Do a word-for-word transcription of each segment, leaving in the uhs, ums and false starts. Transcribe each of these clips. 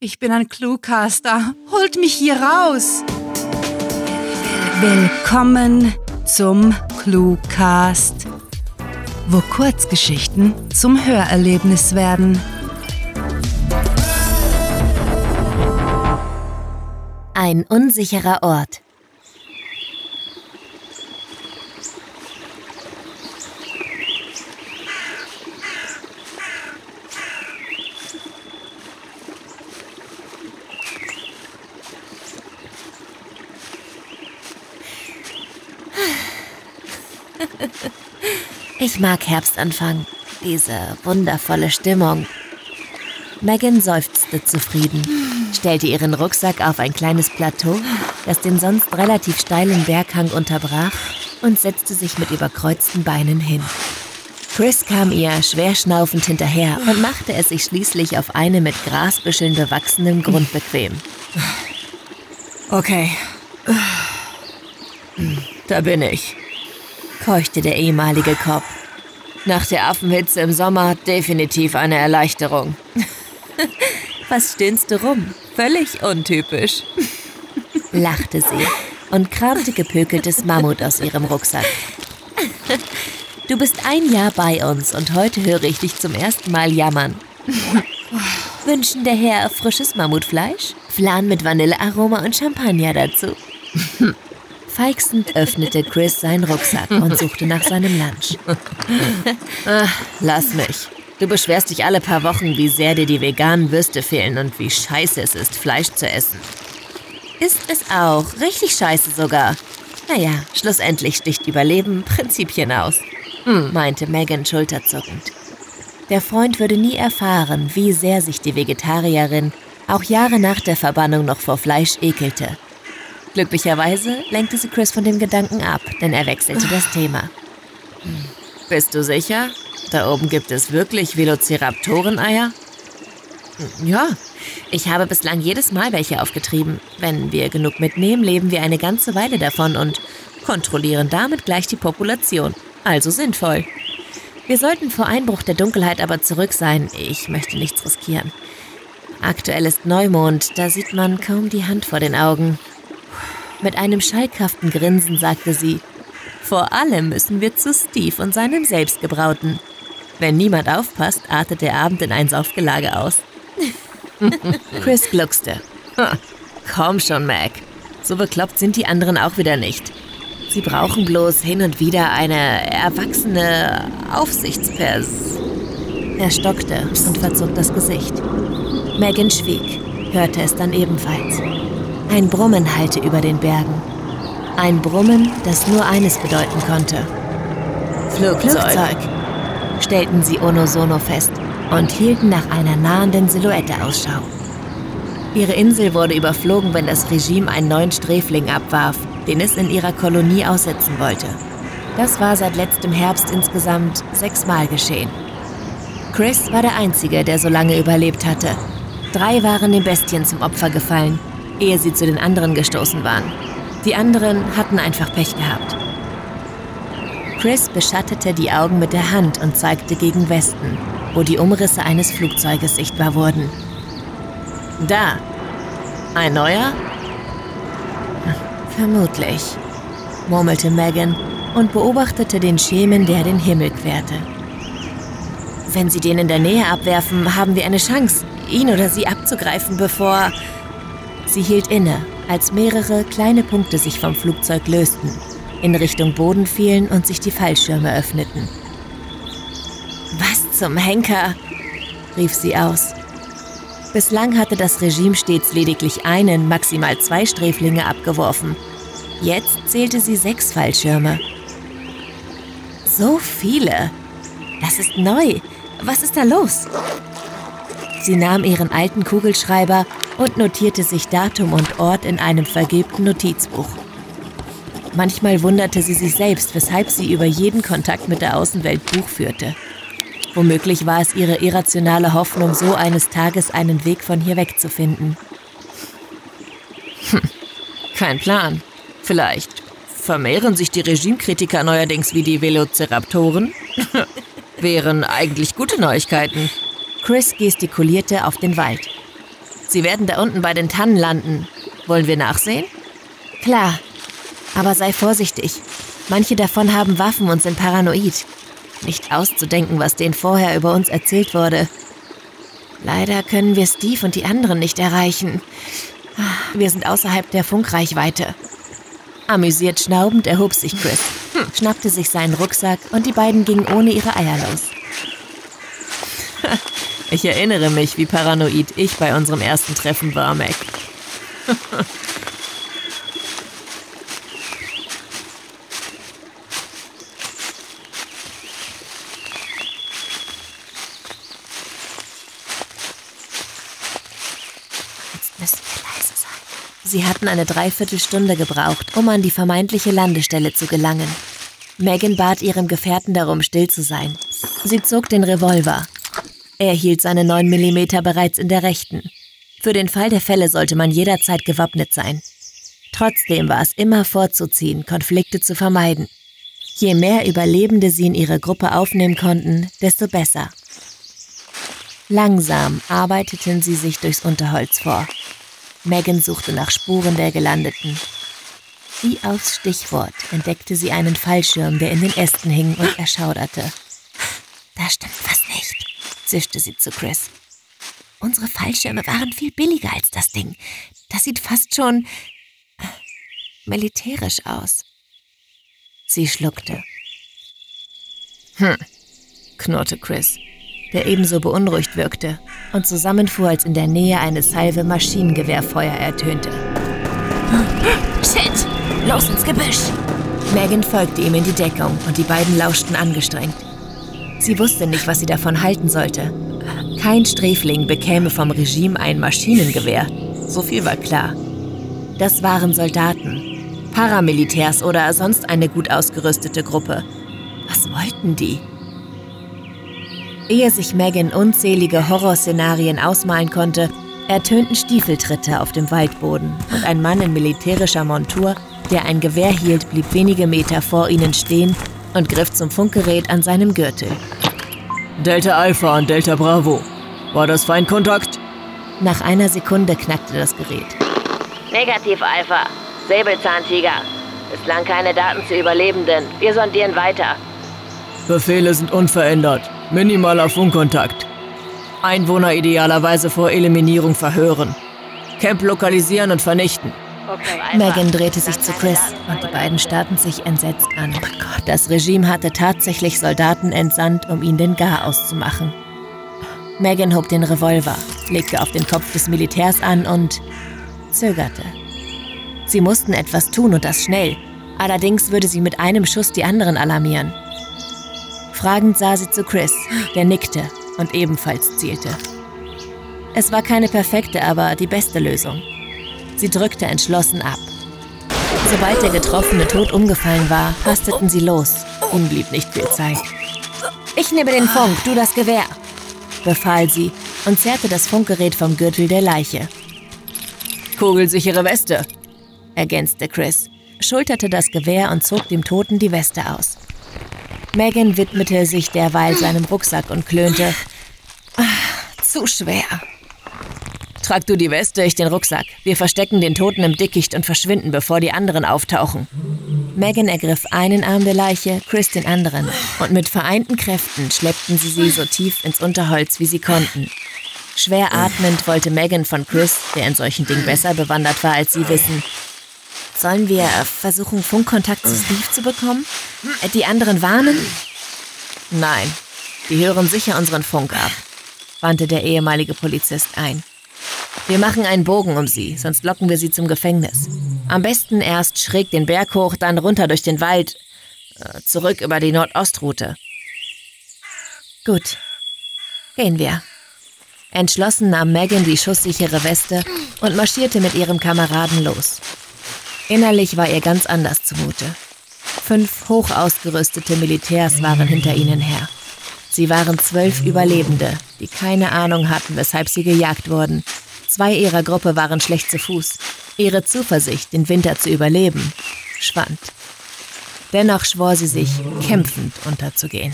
Ich bin ein Cluecaster. Holt mich hier raus. Willkommen zum Cluecast, wo Kurzgeschichten zum Hörerlebnis werden. Ein unsicherer Ort. Ich mag Herbstanfang, diese wundervolle Stimmung. Megan seufzte zufrieden, stellte ihren Rucksack auf ein kleines Plateau, das den sonst relativ steilen Berghang unterbrach, und setzte sich mit überkreuzten Beinen hin. Chris kam ihr schwer schnaufend hinterher und machte es sich schließlich auf einem mit Grasbüscheln bewachsenen Grund bequem. Okay, da bin ich, keuchte der ehemalige Cop. Nach der Affenhitze im Sommer definitiv eine Erleichterung. Was stöhnst du rum? Völlig untypisch, lachte sie und kramte gepökeltes Mammut aus ihrem Rucksack. Du bist ein Jahr bei uns und heute höre ich dich zum ersten Mal jammern. Wünschen der Herr frisches Mammutfleisch? Flan mit Vanillearoma und Champagner dazu. Feixend öffnete Chris seinen Rucksack und suchte nach seinem Lunch. Ach, lass mich. Du beschwerst dich alle paar Wochen, wie sehr dir die veganen Würste fehlen und wie scheiße es ist, Fleisch zu essen. Ist es auch. Richtig scheiße sogar. Naja, schlussendlich sticht Überleben Prinzipien aus, hm. meinte Megan schulterzuckend. Der Freund würde nie erfahren, wie sehr sich die Vegetarierin auch Jahre nach der Verbannung noch vor Fleisch ekelte. Glücklicherweise lenkte sie Chris von dem Gedanken ab, denn er wechselte das Thema. Bist du sicher? Da oben gibt es wirklich Velociraptoren-Eier? Ja, ich habe bislang jedes Mal welche aufgetrieben. Wenn wir genug mitnehmen, leben wir eine ganze Weile davon und kontrollieren damit gleich die Population. Also sinnvoll. Wir sollten vor Einbruch der Dunkelheit aber zurück sein. Ich möchte nichts riskieren. Aktuell ist Neumond, da sieht man kaum die Hand vor den Augen. Mit einem schalkhaften Grinsen sagte sie, vor allem müssen wir zu Steve und seinem Selbstgebrauten. Wenn niemand aufpasst, artet der Abend in ein Saufgelage aus. Chris gluckste. Komm schon, Mac. So bekloppt sind die anderen auch wieder nicht. Sie brauchen bloß hin und wieder eine erwachsene Aufsichtspers... Er stockte und verzog das Gesicht. Megan schwieg, hörte es dann ebenfalls. Ein Brummen hallte über den Bergen. Ein Brummen, das nur eines bedeuten konnte. Flugzeug, Flugzeug, stellten sie unisono fest und hielten nach einer nahenden Silhouette Ausschau. Ihre Insel wurde überflogen, wenn das Regime einen neuen Sträfling abwarf, den es in ihrer Kolonie aussetzen wollte. Das war seit letztem Herbst insgesamt sechsmal geschehen. Chris war der Einzige, der so lange überlebt hatte. Drei waren den Bestien zum Opfer gefallen, ehe sie zu den anderen gestoßen waren. Die anderen hatten einfach Pech gehabt. Chris beschattete die Augen mit der Hand und zeigte gegen Westen, wo die Umrisse eines Flugzeuges sichtbar wurden. Da. Ein neuer? Vermutlich, murmelte Megan und beobachtete den Schemen, der den Himmel querte. Wenn sie den in der Nähe abwerfen, haben wir eine Chance, ihn oder sie abzugreifen, bevor... Sie hielt inne, als mehrere kleine Punkte sich vom Flugzeug lösten, in Richtung Boden fielen und sich die Fallschirme öffneten. »Was zum Henker?« rief sie aus. Bislang hatte das Regime stets lediglich einen, maximal zwei Sträflinge abgeworfen. Jetzt zählte sie sechs Fallschirme. »So viele! Das ist neu! Was ist da los?« Sie nahm ihren alten Kugelschreiber und notierte sich Datum und Ort in einem vergilbten Notizbuch. Manchmal wunderte sie sich selbst, weshalb sie über jeden Kontakt mit der Außenwelt Buch führte. Womöglich war es ihre irrationale Hoffnung, so eines Tages einen Weg von hier wegzufinden. Hm, kein Plan. Vielleicht vermehren sich die Regimekritiker neuerdings wie die Velociraptoren? Wären eigentlich gute Neuigkeiten. Chris gestikulierte auf den Wald. Sie werden da unten bei den Tannen landen. Wollen wir nachsehen? Klar, aber sei vorsichtig. Manche davon haben Waffen und sind paranoid. Nicht auszudenken, was denen vorher über uns erzählt wurde. Leider können wir Steve und die anderen nicht erreichen. Wir sind außerhalb der Funkreichweite. Amüsiert schnaubend erhob sich Chris, hm. schnappte sich seinen Rucksack und die beiden gingen ohne ihre Eier los. Ich erinnere mich, wie paranoid ich bei unserem ersten Treffen war, Meg. Sie hatten eine Dreiviertelstunde gebraucht, um an die vermeintliche Landestelle zu gelangen. Megan bat ihrem Gefährten darum, still zu sein. Sie zog den Revolver. Er hielt seine neun Millimeter bereits in der rechten. Für den Fall der Fälle sollte man jederzeit gewappnet sein. Trotzdem war es immer vorzuziehen, Konflikte zu vermeiden. Je mehr Überlebende sie in ihre Gruppe aufnehmen konnten, desto besser. Langsam arbeiteten sie sich durchs Unterholz vor. Megan suchte nach Spuren der Gelandeten. Wie aufs Stichwort entdeckte sie einen Fallschirm, der in den Ästen hing und erschauderte. »Da stimmt was nicht«, zischte sie zu Chris. »Unsere Fallschirme waren viel billiger als das Ding. Das sieht fast schon äh, militärisch aus.« Sie schluckte. Hm, knurrte Chris, der ebenso beunruhigt wirkte und zusammenfuhr, als in der Nähe eine Salve Maschinengewehrfeuer ertönte. »Shit! Los ins Gebüsch!« Megan folgte ihm in die Deckung und die beiden lauschten angestrengt. Sie wusste nicht, was sie davon halten sollte. Kein Sträfling bekäme vom Regime ein Maschinengewehr. So viel war klar. Das waren Soldaten, Paramilitärs oder sonst eine gut ausgerüstete Gruppe. Was wollten die? Ehe sich Megan unzählige Horrorszenarien ausmalen konnte, ertönten Stiefeltritte auf dem Waldboden und ein Mann in militärischer Montur, der ein Gewehr hielt, blieb wenige Meter vor ihnen stehen und griff zum Funkgerät an seinem Gürtel. »Delta Alpha und Delta Bravo. War das Feindkontakt?« Nach einer Sekunde knackte das Gerät. »Negativ, Alpha. Säbelzahntiger. Bislang keine Daten zu Überlebenden. Wir sondieren weiter.« »Befehle sind unverändert. Minimaler Funkkontakt. Einwohner idealerweise vor Eliminierung verhören. Camp lokalisieren und vernichten.« Okay, Megan drehte sich zu Chris und die beiden starrten sich entsetzt an. Das Regime hatte tatsächlich Soldaten entsandt, um ihn den Garaus zu machen. Megan hob den Revolver, legte auf den Kopf des Militärs an und zögerte. Sie mussten etwas tun und das schnell. Allerdings würde sie mit einem Schuss die anderen alarmieren. Fragend sah sie zu Chris, der nickte und ebenfalls zielte. Es war keine perfekte, aber die beste Lösung. Sie drückte entschlossen ab. Sobald der Getroffene tot umgefallen war, hasteten sie los. Ihnen blieb nicht viel Zeit. »Ich nehme den Funk, du das Gewehr«, befahl sie und zerrte das Funkgerät vom Gürtel der Leiche. »Kugelsichere Weste«, ergänzte Chris, schulterte das Gewehr und zog dem Toten die Weste aus. Megan widmete sich derweil seinem Rucksack und klönte. »Ah, zu schwer.« »Trag du die Weste, ich den Rucksack. Wir verstecken den Toten im Dickicht und verschwinden, bevor die anderen auftauchen.« Megan ergriff einen Arm der Leiche, Chris den anderen. Und mit vereinten Kräften schleppten sie sie so tief ins Unterholz, wie sie konnten. Schwer atmend wollte Megan von Chris, der in solchen Dingen besser bewandert war als sie, wissen: »Sollen wir versuchen, Funkkontakt zu Steve zu bekommen? Die anderen warnen?« »Nein, die hören sicher unseren Funk ab«, wandte der ehemalige Polizist ein. »Wir machen einen Bogen um sie, sonst locken wir sie zum Gefängnis. Am besten erst schräg den Berg hoch, dann runter durch den Wald, äh, zurück über die Nordostrute.« »Gut, gehen wir.« Entschlossen nahm Megan die schusssichere Weste und marschierte mit ihrem Kameraden los. Innerlich war ihr ganz anders zumute. Fünf hoch ausgerüstete Militärs waren hinter ihnen her. Sie waren zwölf Überlebende, die keine Ahnung hatten, weshalb sie gejagt wurden. Zwei ihrer Gruppe waren schlecht zu Fuß. Ihre Zuversicht, den Winter zu überleben, schwand. Dennoch schwor sie sich, kämpfend unterzugehen.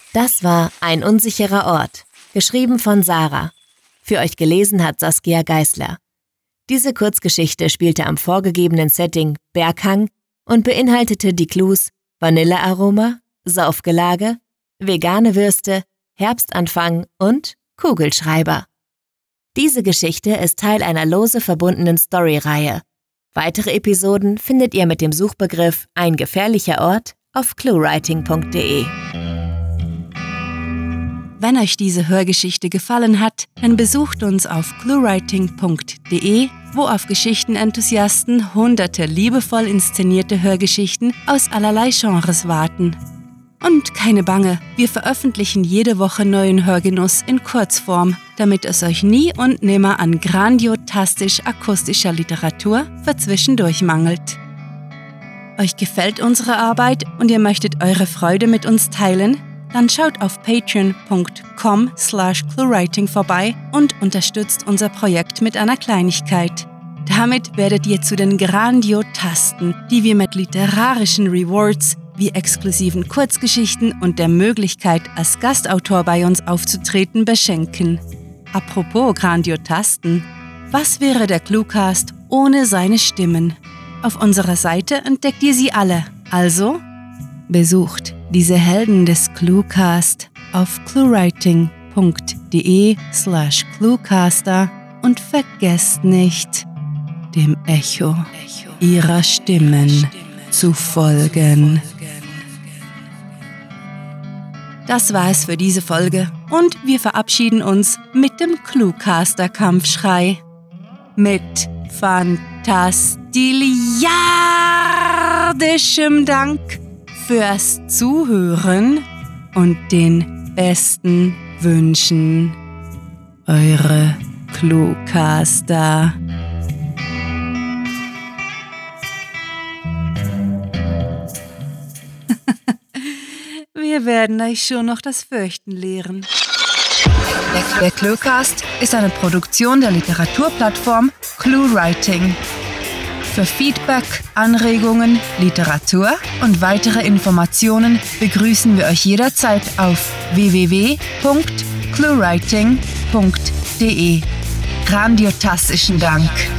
Das war Ein unsicherer Ort, geschrieben von Sarah. Für euch gelesen hat Saskia Geisler. Diese Kurzgeschichte spielte am vorgegebenen Setting Berghang und beinhaltete die Clues Vanillearoma, Saufgelage, vegane Würste, Herbstanfang und Kugelschreiber. Diese Geschichte ist Teil einer lose verbundenen Story-Reihe. Weitere Episoden findet ihr mit dem Suchbegriff Ein gefährlicher Ort auf cluewriting punkt de. Wenn euch diese Hörgeschichte gefallen hat, dann besucht uns auf cluewriting punkt de, wo auf Geschichtenenthusiasten hunderte liebevoll inszenierte Hörgeschichten aus allerlei Genres warten. Und keine Bange, wir veröffentlichen jede Woche neuen Hörgenuss in Kurzform, damit es euch nie und nimmer an grandiotastisch-akustischer Literatur für zwischendurch mangelt. Euch gefällt unsere Arbeit und ihr möchtet eure Freude mit uns teilen? Dann schaut auf patreon punkt com slash cluewriting vorbei und unterstützt unser Projekt mit einer Kleinigkeit. Damit werdet ihr zu den Grandiotasten, die wir mit literarischen Rewards wie exklusiven Kurzgeschichten und der Möglichkeit, als Gastautor bei uns aufzutreten, beschenken. Apropos Grandiotasten, was wäre der Cluecast ohne seine Stimmen? Auf unserer Seite entdeckt ihr sie alle, also besucht diese Helden des Cluecast auf cluewriting punkt de slash cluecaster und vergesst nicht, dem Echo ihrer Stimmen zu folgen. Das war es für diese Folge und wir verabschieden uns mit dem Cluecaster-Kampfschrei. Mit fantastiliardischem Dank fürs Zuhören und den besten Wünschen. Eure Cluecaster. Wir werden euch schon noch das Fürchten lehren. Der Cluecast ist eine Produktion der Literaturplattform ClueWriting. Für Feedback, Anregungen, Literatur und weitere Informationen begrüßen wir euch jederzeit auf w w w punkt cluewriting punkt de. Grandiotastischen Dank.